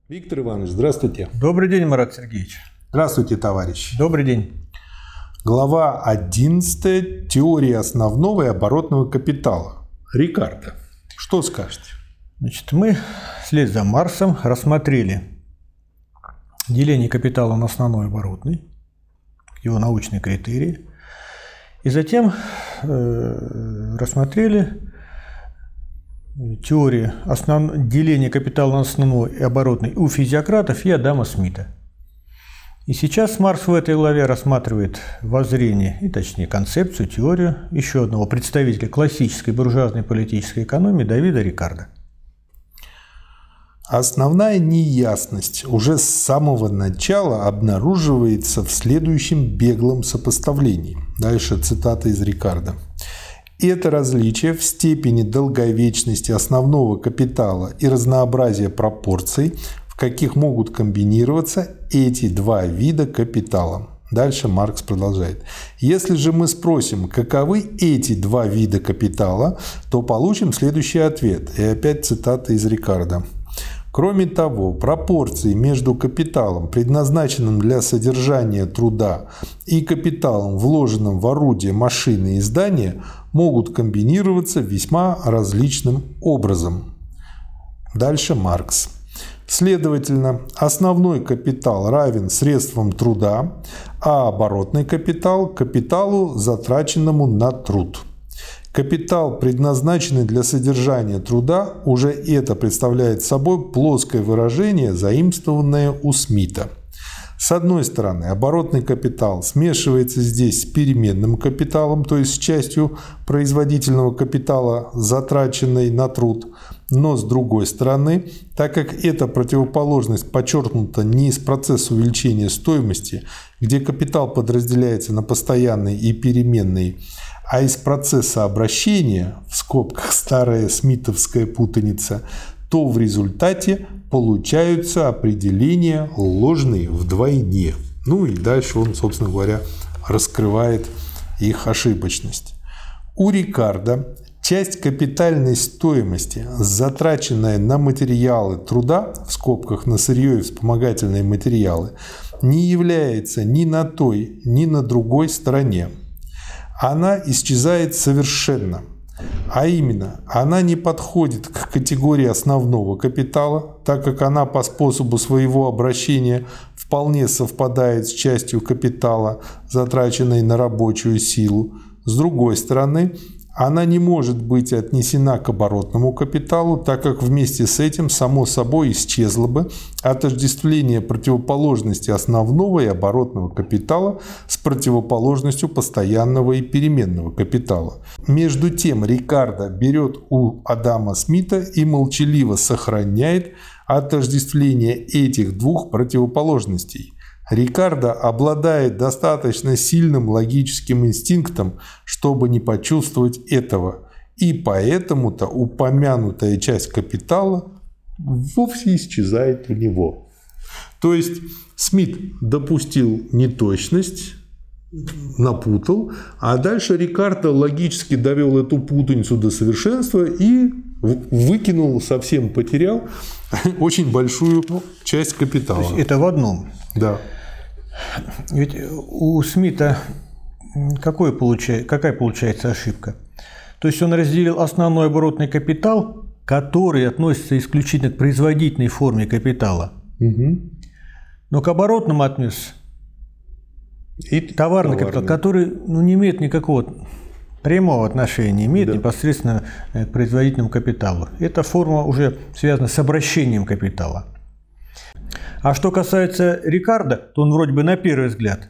Виктор Иванович, здравствуйте. Добрый день, Марат Сергеевич. Здравствуйте, товарищ. Добрый день. Глава 11. Теория основного и оборотного капитала. Рикардо. Что скажете? Значит, мы вслед за Марксом рассмотрели деление капитала на основной и оборотный, его научные критерии, и затем рассмотрели теорию деления капитала на основной и оборотный у физиократов и Адама Смита. И сейчас Маркс в этой главе рассматривает воззрение, и точнее концепцию, теорию еще одного представителя классической буржуазной политической экономии Давида Рикардо. Основная неясность уже с самого начала обнаруживается в следующем беглом сопоставлении. Дальше цитата из Рикардо. Это различие в степени долговечности основного капитала и разнообразия пропорций, в каких могут комбинироваться эти два вида капитала. Дальше Маркс продолжает. Если же мы спросим, каковы эти два вида капитала, то получим следующий ответ. И опять цитата из Рикардо. Кроме того, пропорции между капиталом, предназначенным для содержания труда, и капиталом, вложенным в орудия, машины и здания, могут комбинироваться весьма различным образом. Дальше Маркс. Следовательно, основной капитал равен средствам труда, а оборотный капитал – капиталу, затраченному на труд. Капитал, предназначенный для содержания труда, уже это представляет собой плоское выражение, заимствованное у Смита. С одной стороны, оборотный капитал смешивается здесь с переменным капиталом, то есть с частью производительного капитала, затраченной на труд. Но с другой стороны, так как эта противоположность подчеркнута не из процесса увеличения стоимости, где капитал подразделяется на постоянный и переменный, а из процесса обращения, в скобках старая смитовская путаница, то в результате получаются определения ложные вдвойне. Ну и дальше он, собственно говоря, раскрывает их ошибочность. У Рикардо часть капитальной стоимости, затраченная на материалы труда, в скобках на сырье и вспомогательные материалы, не является ни на той, ни на другой стороне. Она исчезает совершенно. А именно, она не подходит к категории основного капитала, так как она по способу своего обращения вполне совпадает с частью капитала, затраченной на рабочую силу. С другой стороны, она не может быть отнесена к оборотному капиталу, так как вместе с этим само собой исчезло бы отождествление противоположности основного и оборотного капитала с противоположностью постоянного и переменного капитала. Между тем Рикардо берет у Адама Смита и молчаливо сохраняет отождествление этих двух противоположностей. Рикардо обладает достаточно сильным логическим инстинктом, чтобы не почувствовать этого, и поэтому-то упомянутая часть капитала вовсе исчезает у него. То есть Смит допустил неточность, напутал, а дальше Рикардо логически довел эту путаницу до совершенства и выкинул, совсем потерял очень большую часть капитала. То есть это в одном. Да. Ведь у Смита какая получается ошибка? То есть он разделил основной оборотный капитал, который относится исключительно к производительной форме капитала, но к оборотному отнес и товарный капитал, который не имеет никакого прямого отношения, имеет непосредственно к производительному капиталу. Эта форма уже связана с обращением капитала. А что касается Рикардо, то он вроде бы на первый взгляд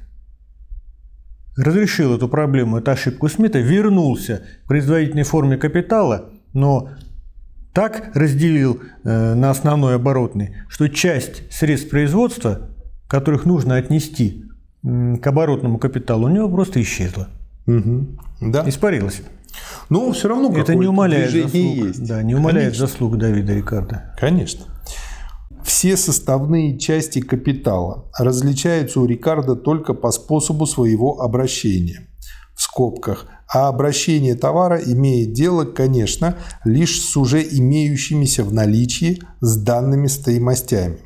разрешил эту проблему, эту ошибку Смита, вернулся к производительной форме капитала, но так разделил на основной и оборотный, что часть средств производства, которых нужно отнести к оборотному капиталу, у него просто исчезла. Да. Испарилась. Но все равно это не умаляет движение есть. Да, не умаляет заслуг Давида Рикардо. Конечно. Все составные части капитала различаются у Рикардо только по способу своего обращения, в скобках, а обращение товара имеет дело, конечно, лишь с уже имеющимися в наличии с данными стоимостями,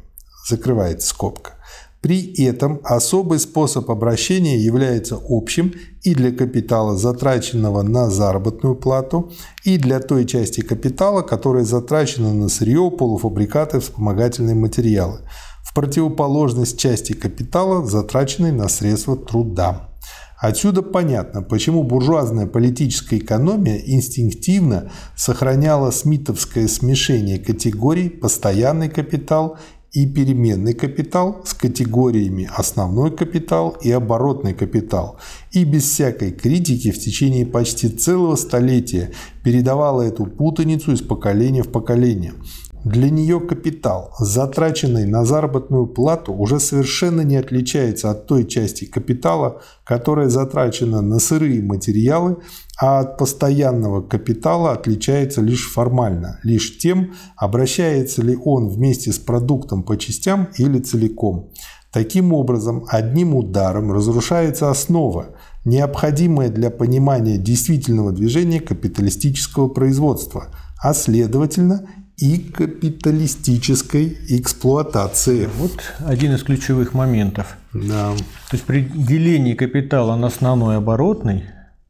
закрывается скобка. При этом особый способ обращения является общим и для капитала, затраченного на заработную плату, и для той части капитала, которая затрачена на сырье, полуфабрикаты, вспомогательные материалы, в противоположность части капитала, затраченной на средства труда. Отсюда понятно, почему буржуазная политическая экономия инстинктивно сохраняла смитовское смешение категорий «постоянный капитал» и переменный капитал с категориями основной капитал и оборотный капитал, и без всякой критики в течение почти целого столетия передавала эту путаницу из поколения в поколение. Для нее капитал, затраченный на заработную плату, уже совершенно не отличается от той части капитала, которая затрачена на сырые материалы, а от постоянного капитала отличается лишь формально, лишь тем, обращается ли он вместе с продуктом по частям или целиком. Таким образом, одним ударом разрушается основа, необходимая для понимания действительного движения капиталистического производства, а следовательно и капиталистической эксплуатации. Вот один из ключевых моментов. Да. То есть при делении капитала на основной и оборотный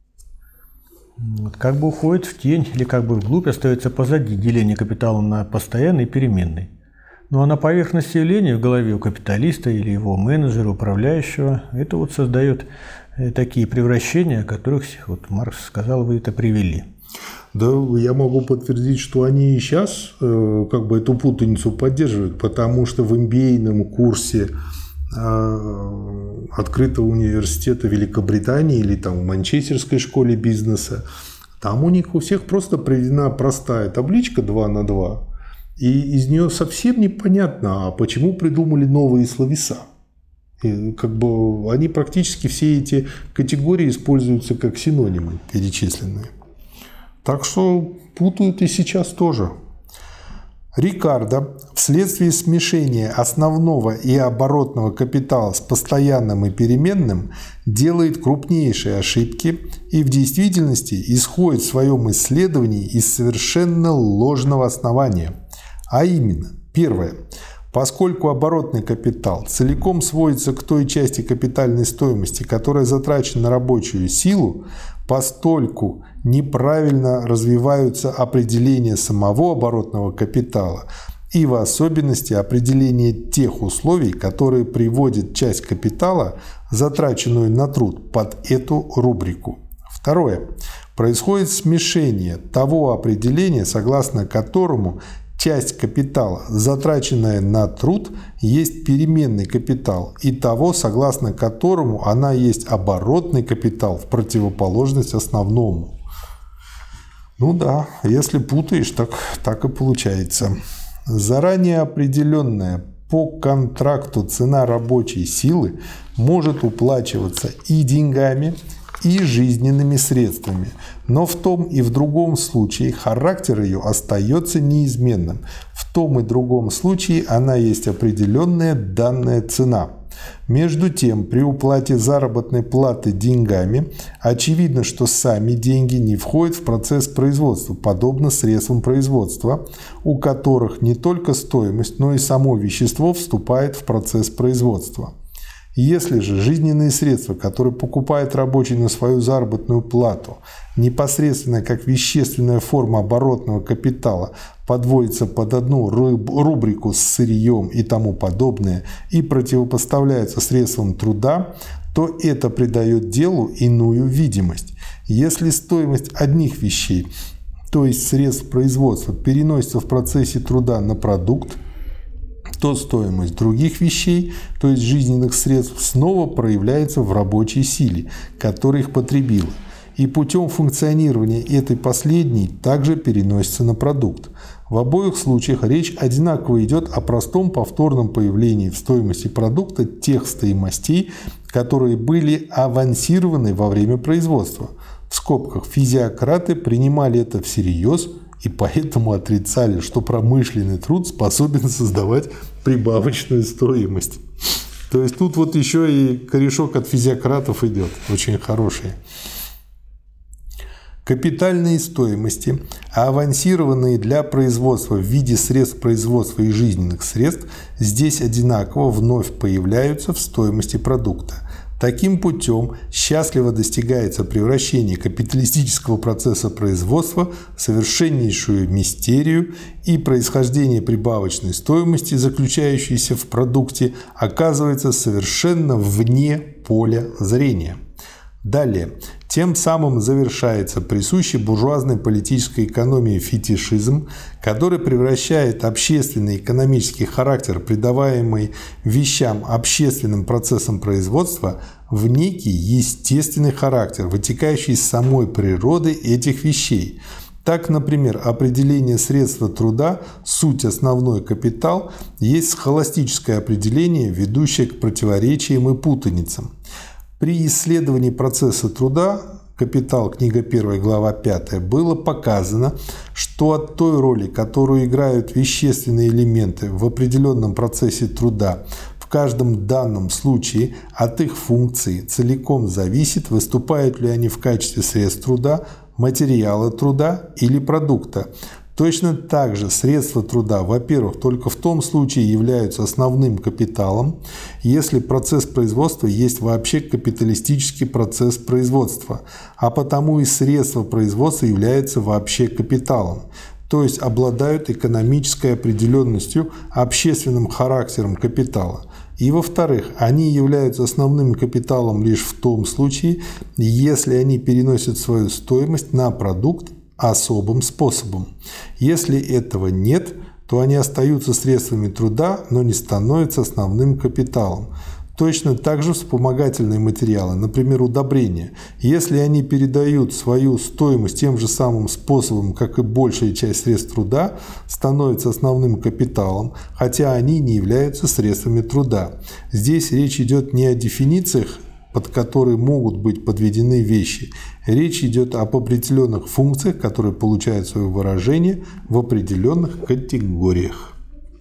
как бы уходит в тень или как бы вглубь, остается позади деление капитала на постоянный и переменный. Ну а на поверхности явления в голове у капиталиста или его менеджера, управляющего, это вот создает такие превращения, о которых вот Маркс сказал, вы это привели. Да, я могу подтвердить, что они и сейчас как бы эту путаницу поддерживают, потому что в MBA-ном курсе открытого университета Великобритании или там в Манчестерской школе бизнеса, там у них у всех просто приведена простая табличка 2 на 2, и из нее совсем непонятно, а почему придумали новые словеса. И как бы они практически все эти категории используются как синонимы перечисленные. Так что путают и сейчас тоже. Рикардо вследствие смешения основного и оборотного капитала с постоянным и переменным делает крупнейшие ошибки и в действительности исходит в своем исследовании из совершенно ложного основания. А именно, первое. Поскольку оборотный капитал целиком сводится к той части капитальной стоимости, которая затрачена на рабочую силу, постольку неправильно развиваются определения самого оборотного капитала и в особенности определение тех условий, которые приводят часть капитала, затраченную на труд, под эту рубрику. Второе. Происходит смешение того определения, согласно которому часть капитала, затраченная на труд, есть переменный капитал, и того, согласно которому она есть оборотный капитал в противоположность основному. Ну да, если путаешь, так и получается. Заранее определенная по контракту цена рабочей силы может уплачиваться и деньгами, и жизненными средствами, но в том и в другом случае характер ее остается неизменным. В том и другом случае она есть определенная данная цена. Между тем, при уплате заработной платы деньгами, очевидно, что сами деньги не входят в процесс производства, подобно средствам производства, у которых не только стоимость, но и само вещество вступает в процесс производства. Если же жизненные средства, которые покупает рабочий на свою заработную плату, непосредственно как вещественная форма оборотного капитала, подводится под одну рубрику с сырьем и тому подобное и противопоставляется средствам труда, то это придает делу иную видимость. Если стоимость одних вещей, то есть средств производства, переносится в процессе труда на продукт, то стоимость других вещей, то есть жизненных средств, снова проявляется в рабочей силе, которая их потребила, и путем функционирования этой последней также переносится на продукт. В обоих случаях речь одинаково идет о простом повторном появлении в стоимости продукта тех стоимостей, которые были авансированы во время производства. В скобках физиократы принимали это всерьез и поэтому отрицали, что промышленный труд способен создавать прибавочную стоимость. То есть тут вот еще и корешок от физиократов идет, очень хороший. Капитальные стоимости, авансированные для производства в виде средств производства и жизненных средств, здесь одинаково вновь появляются в стоимости продукта. Таким путем счастливо достигается превращение капиталистического процесса производства в совершеннейшую мистерию, и происхождение прибавочной стоимости, заключающейся в продукте, оказывается совершенно вне поля зрения. Далее. Тем самым завершается присущий буржуазной политической экономии фетишизм, который превращает общественный экономический характер, придаваемый вещам общественным процессам производства, в некий естественный характер, вытекающий из самой природы этих вещей. Так, например, определение средства труда, суть основной капитал, есть схоластическое определение, ведущее к противоречиям и путаницам. При исследовании процесса труда «Капитал», книга 1, глава 5, было показано, что от той роли, которую играют вещественные элементы в определенном процессе труда, в каждом данном случае от их функции целиком зависит, выступают ли они в качестве средств труда, материала труда или продукта. Точно так же средства труда, во-первых, только в том случае являются основным капиталом, если процесс производства есть вообще капиталистический процесс производства, а потому и средства производства являются вообще капиталом, то есть обладают экономической определенностью, общественным характером капитала. И, во-вторых, они являются основным капиталом лишь в том случае, если они переносят свою стоимость на продукт особым способом. Если этого нет, то они остаются средствами труда, но не становятся основным капиталом. Точно так же вспомогательные материалы, например, удобрения, если они передают свою стоимость тем же самым способом, как и большая часть средств труда, становятся основным капиталом, хотя они не являются средствами труда. Здесь речь идет не о дефинициях, под которые могут быть подведены вещи. Речь идет об определенных функциях, которые получают свое выражение в определенных категориях.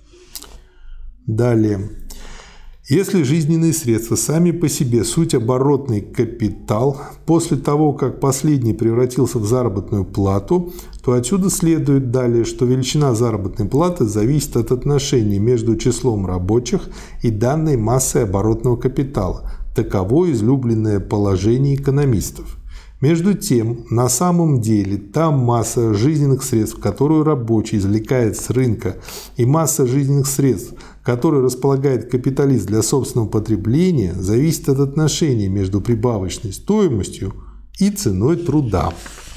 Далее. Если жизненные средства сами по себе суть оборотный капитал, после того, как последний превратился в заработную плату, то отсюда следует далее, что величина заработной платы зависит от отношения между числом рабочих и данной массой оборотного капитала. Таково излюбленное положение экономистов. Между тем, на самом деле, та масса жизненных средств, которую рабочий извлекает с рынка, и масса жизненных средств, которой располагает капиталист для собственного потребления, зависит от отношения между прибавочной стоимостью и ценой труда.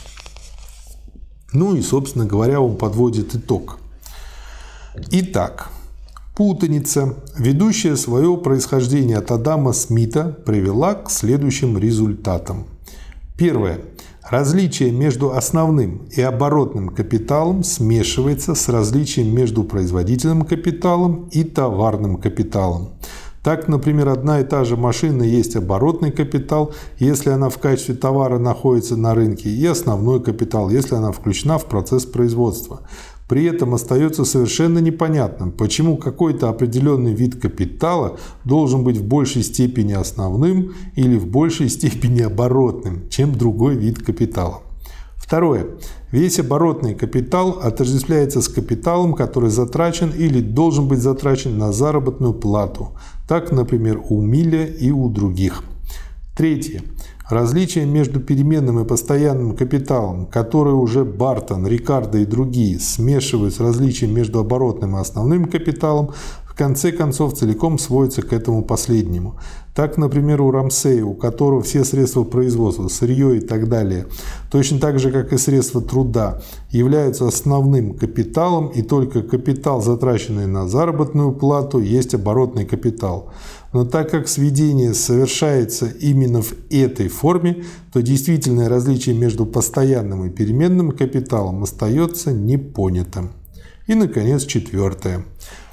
Ну и, собственно говоря, он подводит итог. Итак, путаница, ведущая свое происхождение от Адама Смита, привела к следующим результатам. Первое. Различие между основным и оборотным капиталом смешивается с различием между производительным капиталом и товарным капиталом. Так, например, одна и та же машина есть оборотный капитал, если она в качестве товара находится на рынке, и основной капитал, если она включена в процесс производства. При этом остается совершенно непонятным, почему какой-то определенный вид капитала должен быть в большей степени основным или в большей степени оборотным, чем другой вид капитала. Второе. Весь оборотный капитал отождествляется с капиталом, который затрачен или должен быть затрачен на заработную плату. Так, например, у Милля и у других. Третье. Различие между переменным и постоянным капиталом, которые уже Бартон, Рикардо и другие смешивают с различием между оборотным и основным капиталом, в конце концов целиком сводится к этому последнему. Так, например, у Рамсея, у которого все средства производства, сырье и так далее, точно так же, как и средства труда, являются основным капиталом, и только капитал, затраченный на заработную плату, есть оборотный капитал. Но так как сведение совершается именно в этой форме, то действительное различие между постоянным и переменным капиталом остается непонятым. И, наконец, четвертое.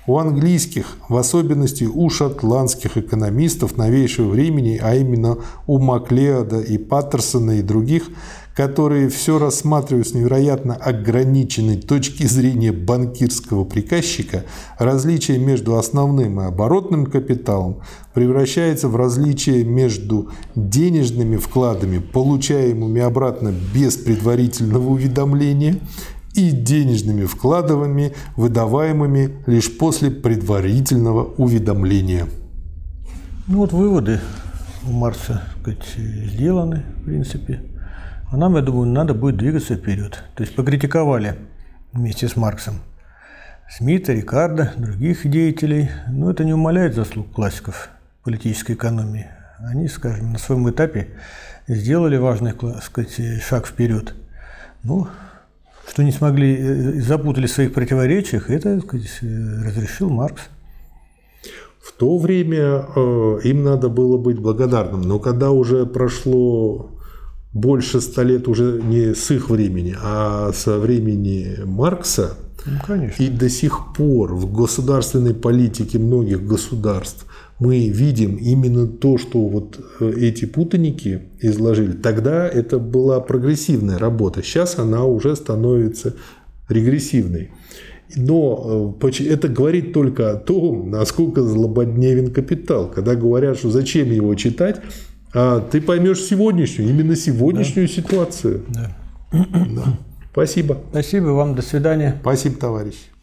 У английских, в особенности у шотландских экономистов новейшего времени, а именно у Маклеода и Паттерсона и других, которые все рассматривают с невероятно ограниченной точки зрения банкирского приказчика, различие между основным и оборотным капиталом превращается в различие между денежными вкладами, получаемыми обратно без предварительного уведомления, и денежными вкладами, выдаваемыми лишь после предварительного уведомления. Ну вот выводы у Маркса, так сказать, сделаны, в принципе. А нам, я думаю, надо будет двигаться вперед. То есть покритиковали вместе с Марксом Смита, Рикардо, других деятелей. Но это не умаляет заслуг классиков политической экономии. Они, скажем, на своем этапе сделали важный, так сказать, шаг вперед. Ну, что не смогли, запутали в своих противоречиях, это, так сказать, разрешил Маркс. В то время им надо было быть благодарным. Но когда уже прошло больше 100 лет, уже не с их времени, а со времени Маркса, ну, конечно. И до сих пор в государственной политике многих государств мы видим именно то, что вот эти путаники изложили. Тогда это была прогрессивная работа, сейчас она уже становится регрессивной. Но это говорит только о том, насколько злободневен капитал. Когда говорят, что зачем его читать, а ты поймешь сегодняшнюю, именно сегодняшнюю ситуацию. Да. Да. Спасибо. Спасибо вам, до свидания. Спасибо, товарищ.